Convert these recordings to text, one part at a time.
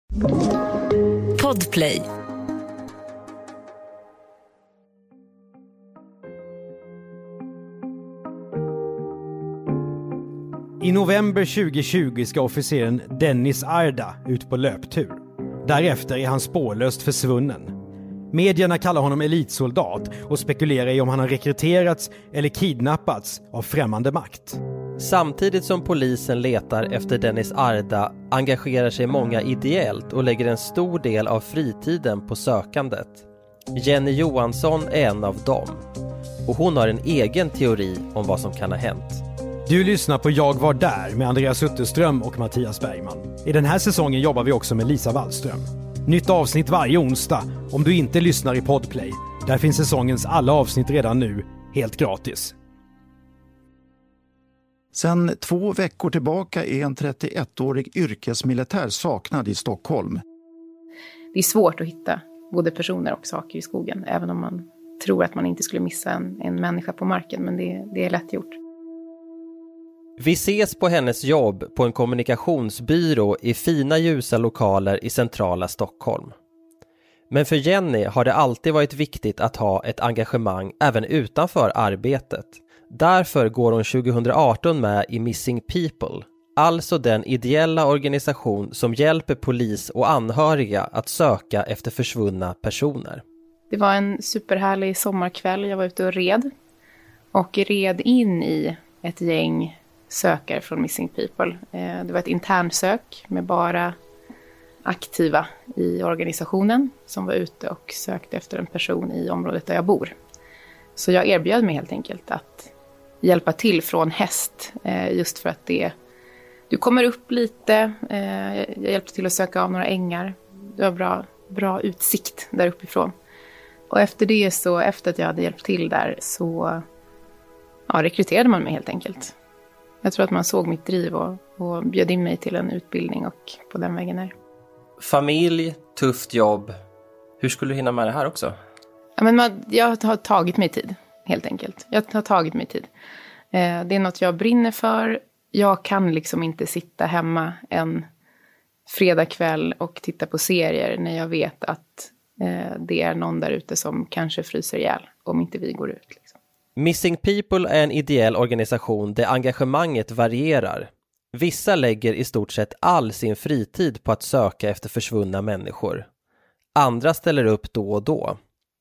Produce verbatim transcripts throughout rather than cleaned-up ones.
Podplay. I november tjugohundratjugo ska officeren Dennis Arda ut på löptur. Därefter är han spårlöst försvunnen. Medierna kallar honom elitsoldat och spekulerar i om han har rekryterats eller kidnappats av främmande makt. Samtidigt som polisen letar efter Dennis Arda engagerar sig många ideellt och lägger en stor del av fritiden på sökandet. Jenny Johansson är en av dem. Och hon har en egen teori om vad som kan ha hänt. Du lyssnar på Jag var där med Andreas Utterström och Mattias Bergman. I den här säsongen jobbar vi också med Lisa Wallström. Nytt avsnitt varje onsdag om du inte lyssnar i Podplay. Där finns säsongens alla avsnitt redan nu, helt gratis. Sen två veckor tillbaka är en trettioettårig yrkesmilitär saknad i Stockholm. Det är svårt att hitta både personer och saker i skogen, även om man tror att man inte skulle missa en, en människa på marken, men det, det är lätt gjort. Vi ses på hennes jobb på en kommunikationsbyrå i fina ljusa lokaler i centrala Stockholm. Men för Jenny har det alltid varit viktigt att ha ett engagemang även utanför arbetet. Därför går hon tjugohundraarton med i Missing People, alltså den ideella organisation som hjälper polis och anhöriga att söka efter försvunna personer. Det var en superhärlig sommarkväll, jag var ute och red och red in i ett gäng sökare från Missing People. Det var ett internsök med bara aktiva i organisationen som var ute och sökte efter en person i området där jag bor. Så jag erbjöd mig helt enkelt att hjälpa till från häst, just för att det, du kommer upp lite, jag hjälpte till att söka av några ängar, det var bra, bra utsikt där uppifrån. Och efter det så, efter att jag hade hjälpt till där så ja, rekryterade man mig helt enkelt. Jag tror att man såg mitt driv och, och bjöd in mig till en utbildning och på den vägen är. Familj, tufft jobb. Hur skulle du hinna med det här också? Ja, men man, jag har tagit mig tid, helt enkelt. Jag har tagit mig tid. Eh, det är något jag brinner för. Jag kan liksom inte sitta hemma en fredagkväll och titta på serier när jag vet att eh, det är någon där ute som kanske fryser ihjäl om inte vi går ut. Liksom. Missing People är en ideell organisation där engagemanget varierar. Vissa lägger i stort sett all sin fritid på att söka efter försvunna människor. Andra ställer upp då och då.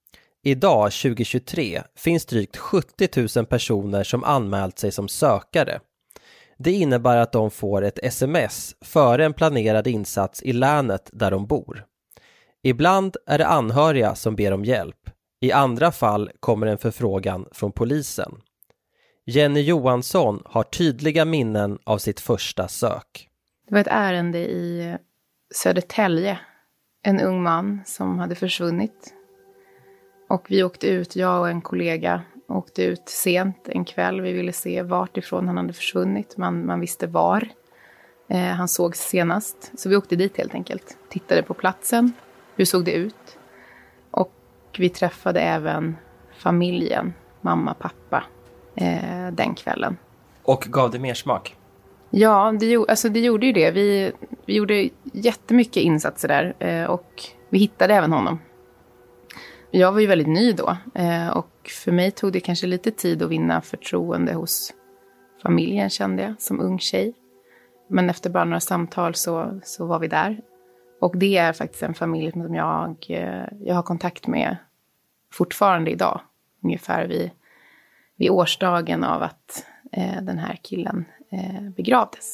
Idag, tjugohundratjugotre, finns drygt sjuttio tusen personer som anmält sig som sökare. Det innebär att de får ett sms före en planerad insats i länet där de bor. Ibland är det anhöriga som ber om hjälp. I andra fall kommer en förfrågan från polisen. Jenny Johansson har tydliga minnen av sitt första sök. Det var ett ärende i Södertälje. En ung man som hade försvunnit. Och vi åkte ut, jag och en kollega åkte ut sent en kväll. Vi ville se vart ifrån han hade försvunnit. Man, man visste var eh, han såg senast. Så vi åkte dit helt enkelt. Tittade på platsen. Hur såg det ut? Och vi träffade även familjen, mamma, pappa, eh, den kvällen. Och gav det mer smak? Ja, det, alltså det gjorde ju det. Vi, vi gjorde jättemycket insatser där eh, och vi hittade även honom. Jag var ju väldigt ny då eh, och för mig tog det kanske lite tid att vinna förtroende hos familjen, kände jag, som ung tjej. Men efter bara några samtal så, så var vi där. Och det är faktiskt en familj som jag, eh, jag har kontakt med fortfarande idag. Ungefär vid, vid årsdagen av att eh, den här killen eh, begravdes.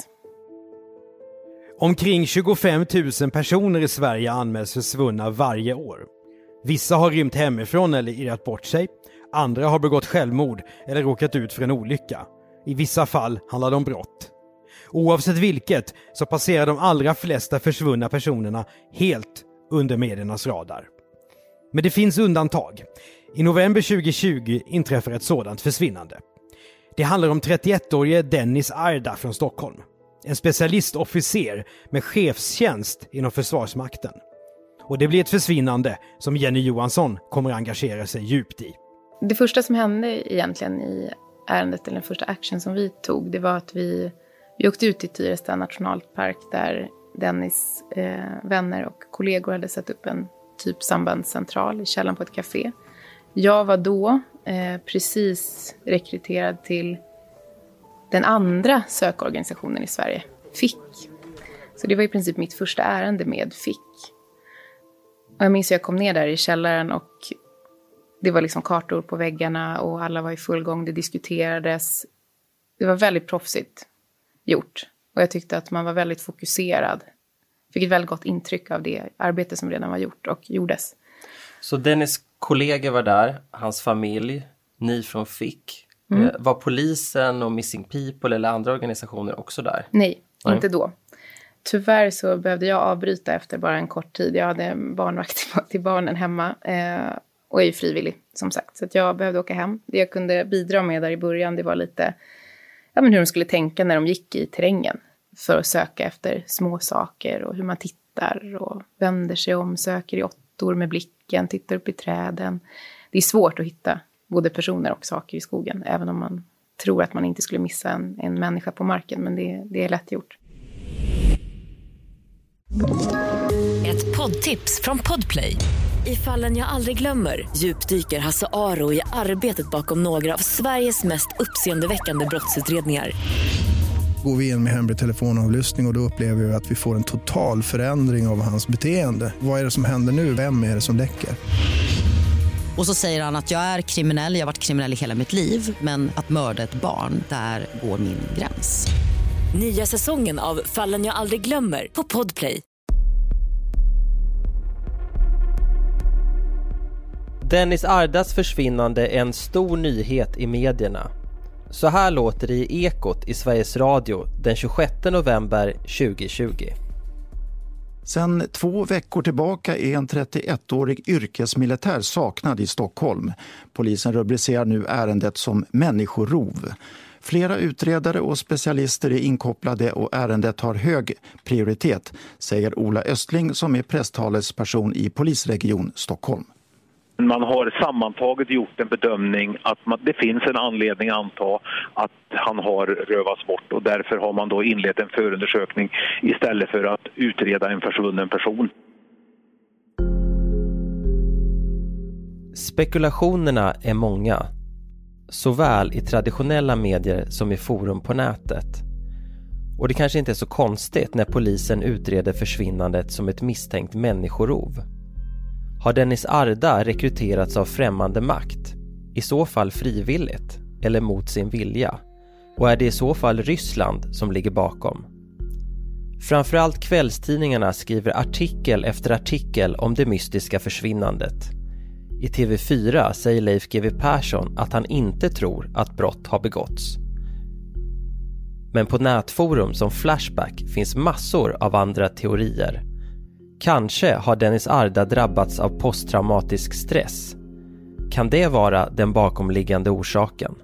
Omkring tjugofem tusen personer i Sverige anmäls försvunna varje år. Vissa har rymt hemifrån eller irrat bort sig. Andra har begått självmord eller råkat ut för en olycka. I vissa fall handlar det om brott. Oavsett vilket så passerar de allra flesta försvunna personerna helt under mediernas radar. Men det finns undantag. I november tjugohundratjugo inträffar ett sådant försvinnande. Det handlar om trettioettårige Dennis Arda från Stockholm. En specialistofficer med chefstjänst inom Försvarsmakten. Och det blir ett försvinnande som Jenny Johansson kommer att engagera sig djupt i. Det första som hände egentligen i ärendet, eller den första action som vi tog, det var att vi, vi åkte ut till Tyresta nationalpark där Dennis eh, vänner och kollegor hade satt upp en typ sambandscentral i källaren på ett café. Jag var då eh, precis rekryterad till den andra sökorganisationen i Sverige, F I C. Så det var i princip mitt första ärende med F I C. Och jag minns att jag kom ner där i källaren och det var liksom kartor på väggarna och alla var i full gång, det diskuterades. Det var väldigt proffsigt gjort. Och jag tyckte att man var väldigt fokuserad. Fick ett väldigt gott intryck av det arbete som redan var gjort och gjordes. Så Dennis kollegor var där, hans familj, ni från F I C. Mm. Var polisen och Missing People eller andra organisationer också där? Nej, Nej, inte då. Tyvärr så behövde jag avbryta efter bara en kort tid. Jag hade en barnvakt till barnen hemma eh, och är ju frivillig som sagt. Så att jag behövde åka hem. Det jag kunde bidra med där i början det var lite ja, men hur de skulle tänka när de gick i terrängen. För att söka efter små saker och hur man tittar och vänder sig om, söker i åttor med blicken, tittar upp i träden. Det är svårt att hitta både personer och saker i skogen, även om man tror att man inte skulle missa en, en människa på marken, men det, det är lätt gjort. Ett poddtips från Podplay. I Fallen jag aldrig glömmer djupdyker Hasse Aro i arbetet bakom några av Sveriges mest uppseendeväckande brottsutredningar. Går vi in med hemlig telefonavlyssning och, och då upplever vi att vi får en total förändring av hans beteende. Vad är det som händer nu? Vem är det som läcker? Och så säger han att jag är kriminell, jag har varit kriminell i hela mitt liv. Men att mörda ett barn, där går min gräns. Nya säsongen av Fallen jag aldrig glömmer på Podplay. Dennis Ardas försvinnande är en stor nyhet i medierna. Så här låter det i Ekot i Sveriges Radio den tjugosjätte november tjugohundratjugo. Sedan två veckor tillbaka är en trettioettårig yrkesmilitär saknad i Stockholm. Polisen rubricerar nu ärendet som människorov. Flera utredare och specialister är inkopplade och ärendet har hög prioritet, säger Ola Östling som är presstalesperson i polisregion Stockholm. Man har sammantaget gjort en bedömning att man, det finns en anledning att anta att han har rövats bort och därför har man då inlett en förundersökning istället för att utreda en försvunnen person. Spekulationerna är många, såväl i traditionella medier som i forum på nätet. Och det kanske inte är så konstigt när polisen utreder försvinnandet som ett misstänkt människorov. Har Dennis Arda rekryterats av främmande makt? I så fall frivilligt eller mot sin vilja? Och är det i så fall Ryssland som ligger bakom? Framförallt kvällstidningarna skriver artikel efter artikel om det mystiska försvinnandet. I T V fyra säger Leif G W Persson att han inte tror att brott har begåtts. Men på nätforum som Flashback finns massor av andra teorier. Kanske har Dennis Arda drabbats av posttraumatisk stress. Kan det vara den bakomliggande orsaken?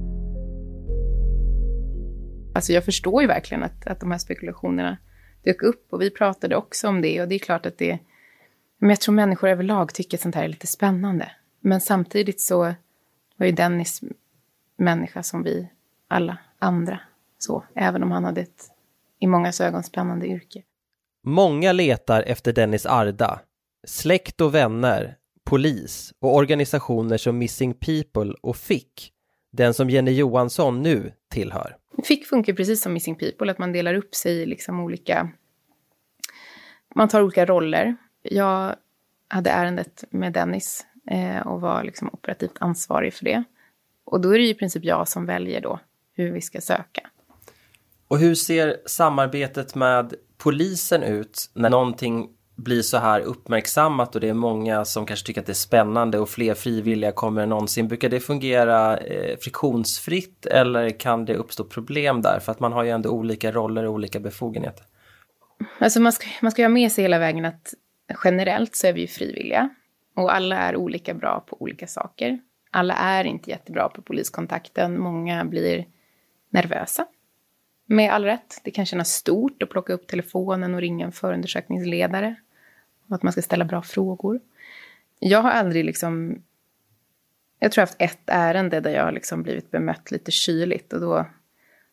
Alltså jag förstår ju verkligen att, att de här spekulationerna dök upp och vi pratade också om det och det är klart att det, men jag tror människor överlag tycker att sånt här är lite spännande. Men samtidigt så var ju Dennis människa som vi alla andra så, även om han hade ett i många ögon spännande yrke. Många letar efter Dennis Arda. Släkt och vänner, polis och organisationer som Missing People och F I C, den som Jenny Johansson nu tillhör. F I C funkar precis som Missing People, att man delar upp sig i liksom olika... Man tar olika roller. Jag hade ärendet med Dennis eh, och var liksom operativt ansvarig för det. Och då är det ju i princip jag som väljer då hur vi ska söka. Och hur ser samarbetet med polisen ut när någonting blir så här uppmärksammat och det är många som kanske tycker att det är spännande och fler frivilliga kommer än någonsin? Brukar det fungera eh, friktionsfritt eller kan det uppstå problem där? För att man har ju ändå olika roller och olika befogenheter. Alltså man ska, man ska ha med sig hela vägen att generellt så är vi ju frivilliga. Och alla är olika bra på olika saker. Alla är inte jättebra på poliskontakten. Många blir nervösa. Med all rätt. Det kan kännas stort att plocka upp telefonen och ringa en förundersökningsledare. Och att man ska ställa bra frågor. Jag har aldrig liksom... Jag tror jag har haft ett ärende där jag har liksom blivit bemött lite kyligt. Och då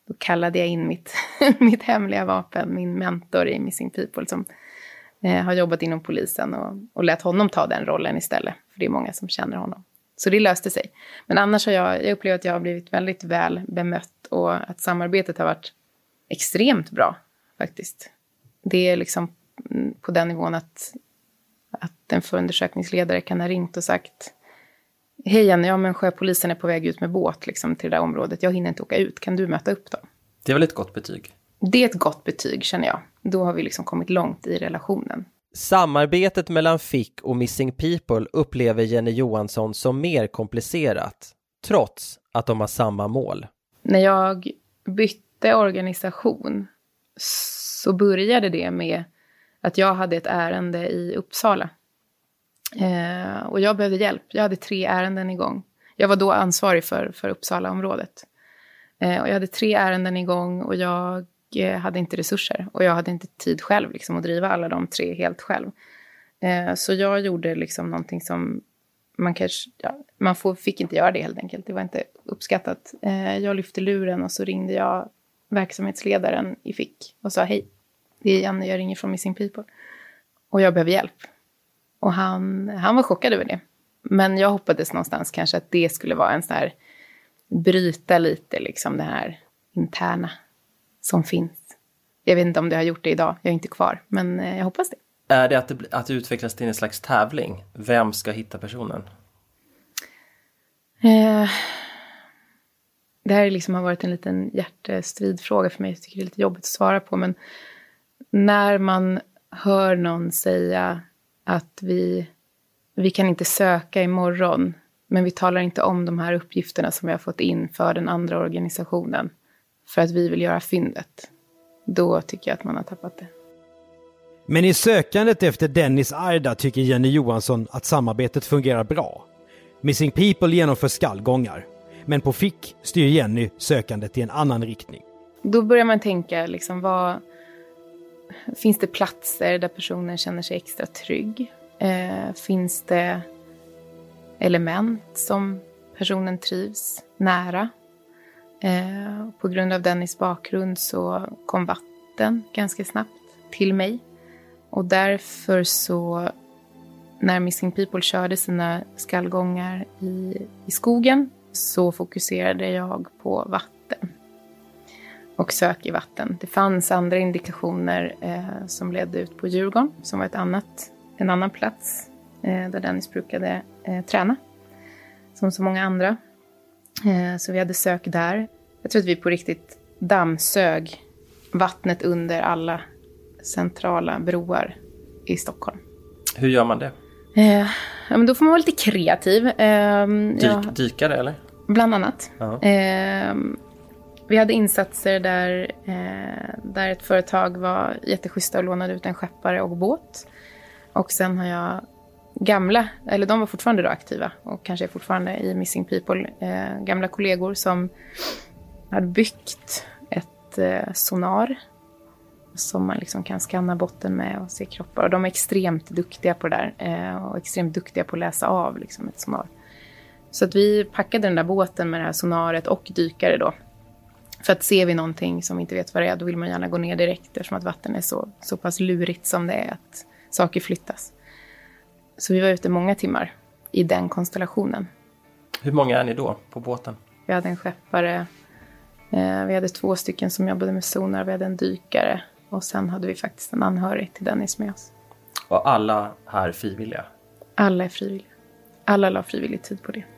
då kallade jag in mitt, mitt hemliga vapen, min mentor i Missing People som eh, har jobbat inom polisen och, och lät honom ta den rollen istället. För det är många som känner honom. Så det löste sig. Men annars har jag, jag upplevt att jag har blivit väldigt väl bemött och att samarbetet har varit extremt bra faktiskt. Det är liksom på den nivån att, att en förundersökningsledare kan ha ringt och sagt: hej Jenny, ja men sjöpolisen är på väg ut med båt liksom, till det där området. Jag hinner inte åka ut, kan du möta upp dem? Det är väl ett gott betyg? Det är ett gott betyg känner jag. Då har vi liksom kommit långt i relationen. Samarbetet mellan F I C och Missing People upplever Jenny Johansson som mer komplicerat, trots att de har samma mål. När jag bytte organisation så började det med att jag hade ett ärende i Uppsala. Eh, och jag behövde hjälp. Jag hade tre ärenden igång. Jag var då ansvarig för, för Uppsala-området. Eh, och jag hade tre ärenden igång och jag eh, hade inte resurser. Och jag hade inte tid själv liksom, att driva alla de tre helt själv. Eh, så jag gjorde liksom någonting som man kanske... Ja, man får, fick inte göra det helt enkelt. Det var inte uppskattat. Eh, jag lyfte luren och så ringde jag verksamhetsledaren i F I C. Och sa: hej, det är Janne, jag ringer från Missing People. Och jag behöver hjälp. Och han, han var chockad över det. Men jag hoppades någonstans kanske att det skulle vara en sån här... bryta lite liksom det här interna som finns. Jag vet inte om det har gjort det idag. Jag är inte kvar. Men jag hoppas det. Är det att det, att det utvecklas till en slags tävling? Vem ska hitta personen? Eh, det här liksom har varit en liten hjärtestridfråga för mig. Jag tycker det är lite jobbigt att svara på. Men när man hör någon säga att vi, vi kan inte söka imorgon, men vi talar inte om de här uppgifterna som vi har fått in för den andra organisationen för att vi vill göra fyndet, då tycker jag att man har tappat det. Men i sökandet efter Dennis Arda tycker Jenny Johansson att samarbetet fungerar bra. Missing People genomför skallgångar, men på F I C styr Jenny sökandet i en annan riktning. Då börjar man tänka, liksom, vad, finns det platser där personen känner sig extra trygg? Eh, finns det element som personen trivs nära? Eh, på grund av Dennis bakgrund så kom vatten ganska snabbt till mig. Och därför så, när Missing People körde sina skallgångar i, i skogen, så fokuserade jag på vatten och sök i vatten. Det fanns andra indikationer eh, som ledde ut på Djurgården, som var ett annat, en annan plats eh, där Dennis brukade eh, träna, som så många andra. Eh, så vi hade sök där. Jag tror att vi på riktigt dammsög vattnet under alla centrala broar i Stockholm. Hur gör man det? Eh, ja, men då får man vara lite kreativ. Eh, Dyk, ja, dykare eller? bland annat. Ja. Eh, vi hade insatser där, eh, där ett företag var jätteschyssta och lånade ut en skeppare och båt. Och sen har jag gamla, eller de var fortfarande då aktiva och kanske är fortfarande i Missing People, eh, gamla kollegor som hade byggt ett eh, sonar som man liksom kan skanna botten med och se kroppar. Och de är extremt duktiga på det där eh, och extremt duktiga på att läsa av liksom, ett sonar. Så att vi packade den där båten med det här sonaret och dykare då. För att ser vi någonting som vi inte vet vad det är, då vill man gärna gå ner direkt eftersom att vatten är så, så pass lurigt som det är att saker flyttas. Så vi var ute många timmar i den konstellationen. Hur många är ni då på båten? Vi hade en skeppare, eh, vi hade två stycken som jobbade med sonar, vi hade en dykare och sen hade vi faktiskt en anhörig till Dennis med oss. Och alla här frivilliga? Alla är frivilliga. Alla la frivillig tid på det.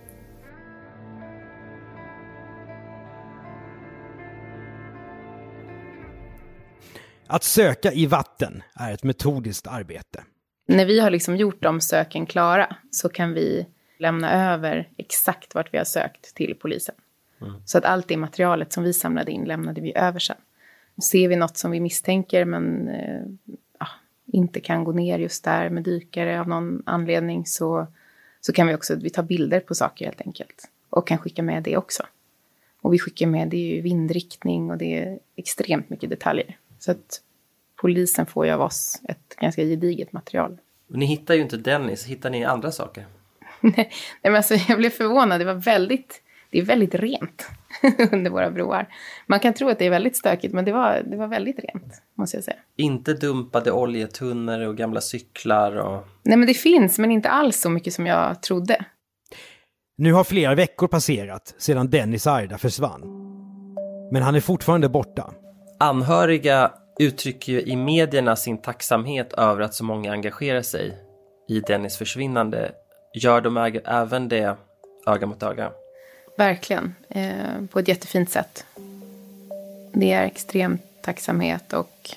Att söka i vatten är ett metodiskt arbete. När vi har liksom gjort de söken klara så kan vi lämna över exakt vart vi har sökt till polisen. Mm. Så att allt det materialet som vi samlade in lämnade vi över sen. Ser vi något som vi misstänker men eh, ja, inte kan gå ner just där med dykare av någon anledning så, så kan vi också vi tar bilder på saker helt enkelt. Och kan skicka med det också. Och vi skickar med det är ju vindriktning och det är extremt mycket detaljer. Så att polisen får ju av oss ett ganska gediget material. Men ni hittar ju inte Dennis, hittar ni andra saker? Nej, men alltså jag blev förvånad. Det var väldigt, det är väldigt rent under våra broar. Man kan tro att det är väldigt stökigt, men det var, det var väldigt rent, måste jag säga. Inte dumpade oljetunnor och gamla cyklar? Och... Nej, men det finns, men inte alls så mycket som jag trodde. Nu har flera veckor passerat sedan Dennis Arda försvann. Men han är fortfarande borta. Anhöriga uttrycker ju i medierna sin tacksamhet över att så många engagerar sig i Dennis försvinnande. Gör de äg- även det öga mot öga? Verkligen, eh, på ett jättefint sätt. Det är extrem tacksamhet och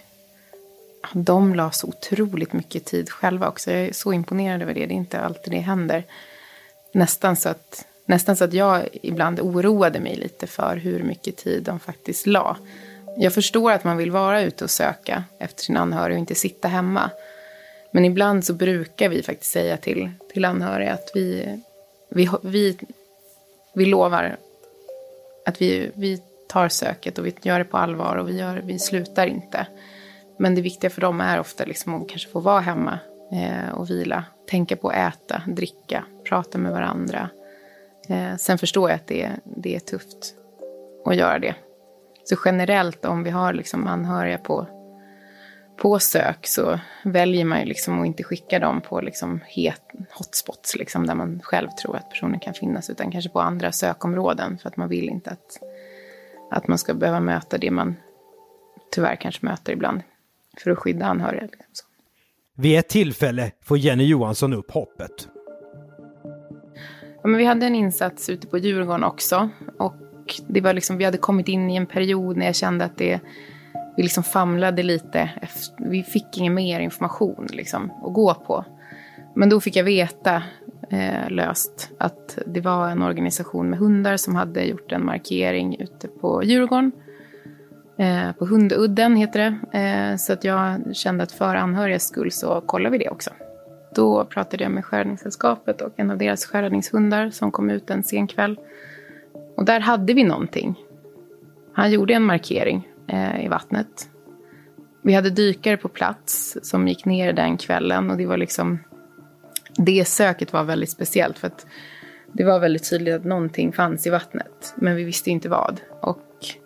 de la så otroligt mycket tid själva också. Jag är så imponerad över det, det är inte alltid det händer. Nästan så att, nästan så att jag ibland oroade mig lite för hur mycket tid de faktiskt la. Jag förstår att man vill vara ute och söka efter sin anhörig och inte sitta hemma. Men ibland så brukar vi faktiskt säga till, till anhöriga att vi, vi, vi, vi lovar att vi, vi tar söket och vi gör det på allvar och vi, gör, vi slutar inte. Men det viktiga för dem är ofta liksom att kanske få vara hemma eh, och vila. Tänka på att äta, dricka, prata med varandra. Eh, sen förstår jag att det, det är tufft att göra det. Så generellt om vi har liksom anhöriga på, på sök så väljer man ju liksom att inte skicka dem på liksom het, hotspots liksom, där man själv tror att personen kan finnas, utan kanske på andra sökområden för att man vill inte att, att man ska behöva möta det man tyvärr kanske möter ibland för att skydda anhöriga. Liksom så. Vid ett tillfälle får Jenny Johansson upp hoppet. Ja, men vi hade en insats ute på Djurgården också och det var liksom, vi hade kommit in i en period när jag kände att det, vi liksom famlade lite. Efter, vi fick ingen mer information liksom, att gå på. Men då fick jag veta eh, löst att det var en organisation med hundar som hade gjort en markering ute på Djurgården. Eh, på Hundudden heter det. Eh, så att jag kände att för anhörigas skull så kollar vi det också. Då pratade jag med Sjöräddningssällskapet och en av deras sjöräddningshundar som kom ut en sen kväll. Och där hade vi någonting. Han gjorde en markering eh, i vattnet. Vi hade dykare på plats som gick ner den kvällen. Och det var liksom... Det söket var väldigt speciellt. För att det var väldigt tydligt att någonting fanns i vattnet. Men vi visste inte vad. Och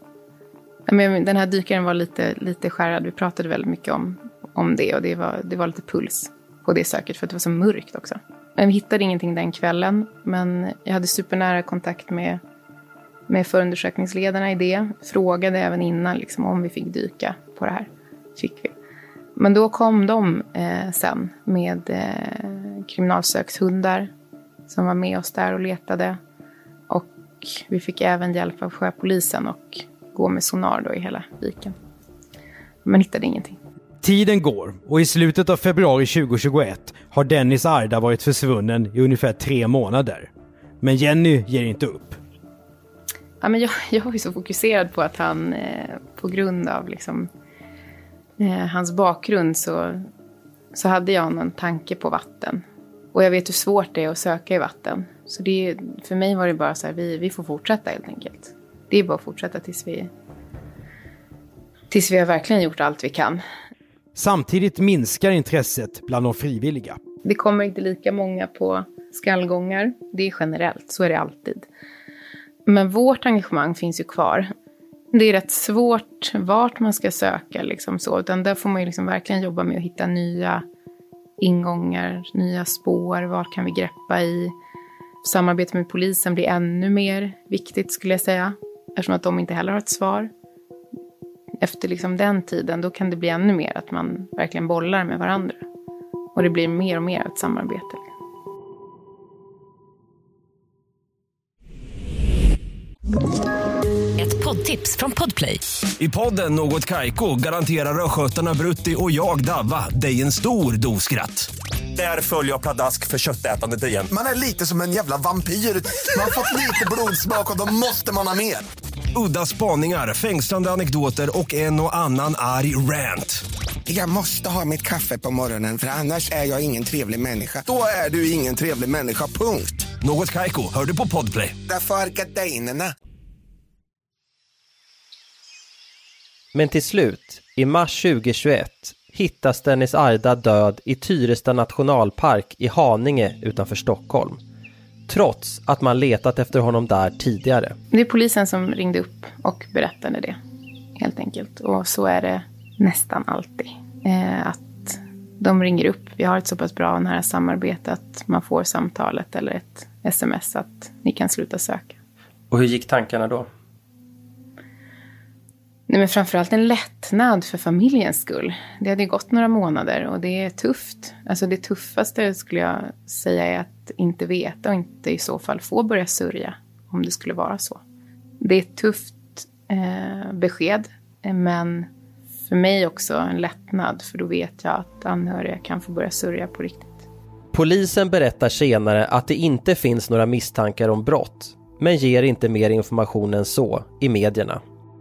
men, den här dykaren var lite, lite skärrad. Vi pratade väldigt mycket om, om det. Och det var, det var lite puls på det söket. För att det var så mörkt också. Men vi hittade ingenting den kvällen. Men jag hade supernära kontakt med... med förundersökningsledarna i det. Frågade även innan liksom, om vi fick dyka på det här. Fick vi. Men då kom de eh, sen med eh, kriminalsökshundar som var med oss där och letade. Och vi fick även hjälp av sjöpolisen och gå med sonar då i hela viken. Men hittade ingenting. Tiden går och i slutet av februari tjugohundratjugoett har Dennis Arda varit försvunnen i ungefär tre månader. Men Jenny ger inte upp. Ja, men jag, jag var ju så fokuserad på att han, eh, på grund av liksom, eh, hans bakgrund så, så hade jag någon tanke på vatten. Och jag vet hur svårt det är att söka i vatten. Så det, för mig var det bara så här, vi, vi får fortsätta helt enkelt. Det är bara att fortsätta tills vi, tills vi har verkligen gjort allt vi kan. Samtidigt minskar intresset bland de frivilliga. Det kommer inte lika många på skallgångar. Det är generellt, så är det alltid. Men vårt engagemang finns ju kvar. Det är rätt svårt vart man ska söka. Liksom så. Utan där får man ju liksom verkligen jobba med att hitta nya ingångar, nya spår. Vad kan vi greppa i? Samarbetet med polisen blir ännu mer viktigt skulle jag säga. Eftersom att de inte heller har ett svar. Efter liksom den tiden då kan det bli ännu mer att man verkligen bollar med varandra. Och det blir mer och mer ett samarbete. Ett poddtips från Podplay. I podden Något Kaiko garanterar röskötarna Brutti och jag Davva dig en stor doskratt. Där följer jag pladask för köttätandet igen. Man är lite som en jävla vampyr. Man har fått lite blodsmak och då måste man ha mer. Udda spaningar, fängslande anekdoter och en och annan arg rant. Jag måste ha mitt kaffe på morgonen för annars är jag ingen trevlig människa. Då är du ingen trevlig människa, punkt. Något Kaiko, hör du på Podplay. Därför är gardinerna. Men till slut, i mars tjugohundratjugoett, hittas Dennis Arda död i Tyresta nationalpark i Haninge utanför Stockholm. trots att man letat efter honom där tidigare. Det är polisen som ringde upp och berättade det, helt enkelt. Och så är det nästan alltid. Eh, att de ringer upp. Vi har ett så pass bra och nära samarbete att man får samtalet eller ett sms att ni kan sluta söka. Och hur gick tankarna då? Nej, men framförallt en lättnad för familjens skull. Det hade gått några månader och det är tufft. Alltså det tuffaste skulle jag säga är att inte veta och inte i så fall få börja sörja om det skulle vara så. Det är ett tufft eh, besked, men för mig också en lättnad, för då vet jag att anhöriga kan få börja sörja på riktigt. Polisen berättar senare att det inte finns några misstankar om brott, men ger inte mer information än så i medierna.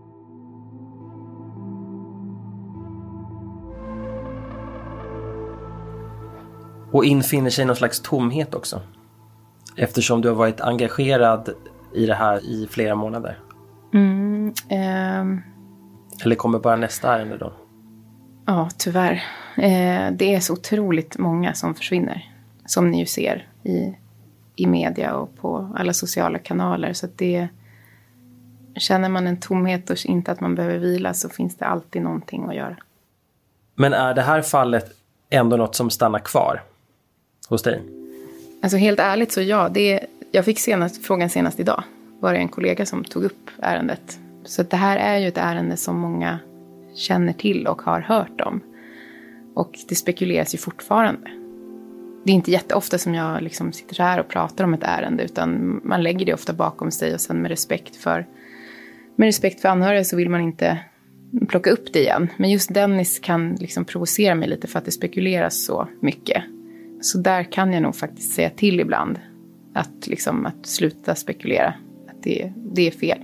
Och infinner sig någon slags tomhet också. Eftersom du har varit engagerad i det här i flera månader. Mm, ehm. Eller kommer bara nästa ärende då? Ja, tyvärr. Eh, det är så otroligt många som försvinner. Som ni ju ser i, i media och på alla sociala kanaler. Så att det, känner man en tomhet och inte att man behöver vila, så finns det alltid någonting att göra. Men är det här fallet ändå något som stannar kvar hos dig? Alltså helt ärligt så ja. Det, jag fick senast, frågan senast idag. Var det en kollega som tog upp ärendet. Så det här är ju ett ärende som många känner till och har hört om. Och det spekuleras ju fortfarande. Det är inte jätteofta som jag liksom sitter så här och pratar om ett ärende, utan man lägger det ofta bakom sig och sen med respekt för, med respekt för anhöriga så vill man inte plocka upp det igen. Men just Dennis kan liksom provocera mig lite för att det spekuleras så mycket. Så där kan jag nog faktiskt säga till ibland att, liksom, att sluta spekulera. Att det, det är fel.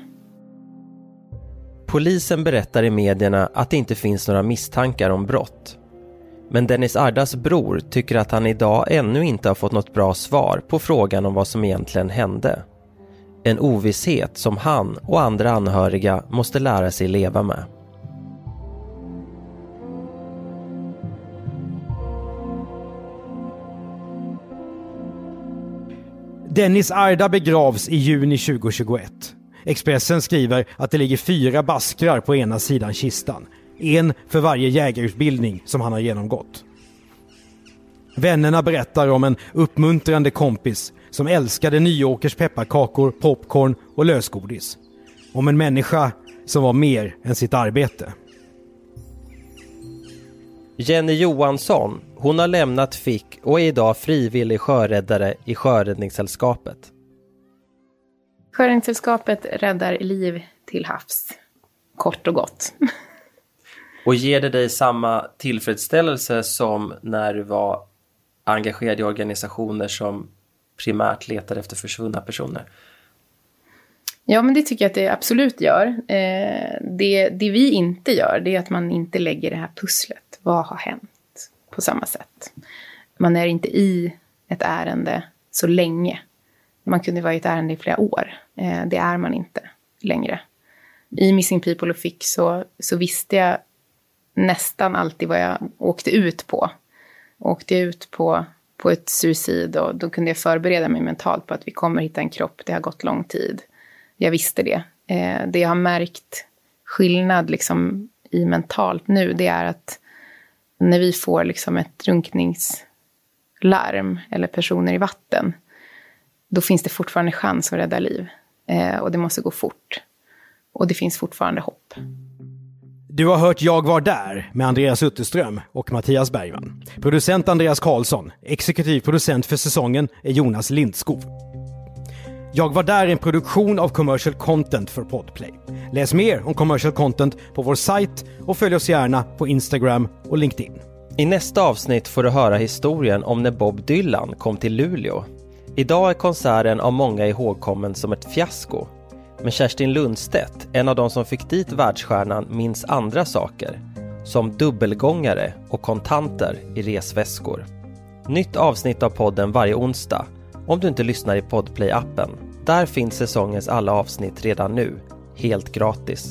Polisen berättar i medierna att det inte finns några misstankar om brott. Men Dennis Ardas bror tycker att han idag ännu inte har fått något bra svar på frågan om vad som egentligen hände. En ovisshet som han och andra anhöriga måste lära sig leva med. Dennis Arda begravs i juni tjugohundratjugoett. Expressen skriver att det ligger fyra baskrar på ena sidan kistan. En för varje jägarutbildning som han har genomgått. Vännerna berättar om en uppmuntrande kompis som älskade Nyåkers pepparkakor, popcorn och lösgodis. Om en människa som var mer än sitt arbete. Jenny Johansson, hon har lämnat F I K och är idag frivillig sjöräddare i Sjöräddningssällskapet. Sjöräddningssällskapet räddar liv till havs. Kort och gott. Och ger det dig samma tillfredsställelse som när du var engagerad i organisationer som primärt letar efter försvunna personer? Ja, men det tycker jag att det absolut gör. Eh, det, det vi inte gör, det är att man inte lägger det här pusslet. Vad har hänt? På samma sätt. Man är inte i ett ärende så länge. Man kunde vara i ett ärende i flera år. Eh, det är man inte längre. I Missing People och F I K så, så visste jag nästan alltid vad jag åkte ut på. Åkte jag ut på, på ett suicid, och då kunde jag förbereda mig mentalt på att vi kommer hitta en kropp. Det har gått lång tid. Jag visste det. Eh, det jag har märkt skillnad liksom i mentalt nu, det är att när vi får liksom ett drunkningslarm eller personer i vatten, då finns det fortfarande chans att rädda liv. Eh, och det måste gå fort. Och det finns fortfarande hopp. Du har hört Jag var där med Andreas Utterström och Mattias Bergman. Producent Andreas Karlsson. Exekutiv producent för säsongen är Jonas Lindskov. Jag var där, en produktion av Commercial Content för Podplay. Läs mer om Commercial Content på vår sajt och följ oss gärna på Instagram och LinkedIn. I nästa avsnitt får du höra historien om när Bob Dylan kom till Luleå. Idag är konserten av många ihågkommen som ett fiasko. Men Kerstin Lundstedt, en av de som fick dit världsstjärnan, minns andra saker. Som dubbelgångare och kontanter i resväskor. Nytt avsnitt av podden varje onsdag. Om du inte lyssnar i Podplay-appen. Där finns säsongens alla avsnitt redan nu. Helt gratis.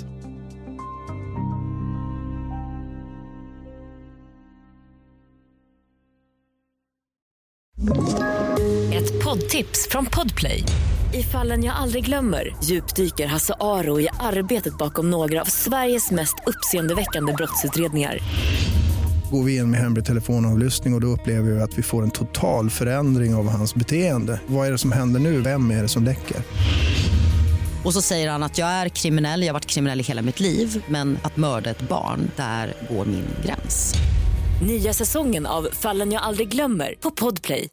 Ett Ett poddtips från Podplay. I Fallen jag aldrig glömmer djupdyker Hasse Aro i arbetet bakom några av Sveriges mest uppseendeväckande brottsutredningar. Går vi in med hemlig telefonavlyssning och, och då upplever vi att vi får en total förändring av hans beteende. Vad är det som händer nu? Vem är det som läcker? Och så säger han att jag är kriminell, jag har varit kriminell i hela mitt liv. Men att mörda ett barn, där går min gräns. Nya säsongen av Fallen jag aldrig glömmer på Podplay.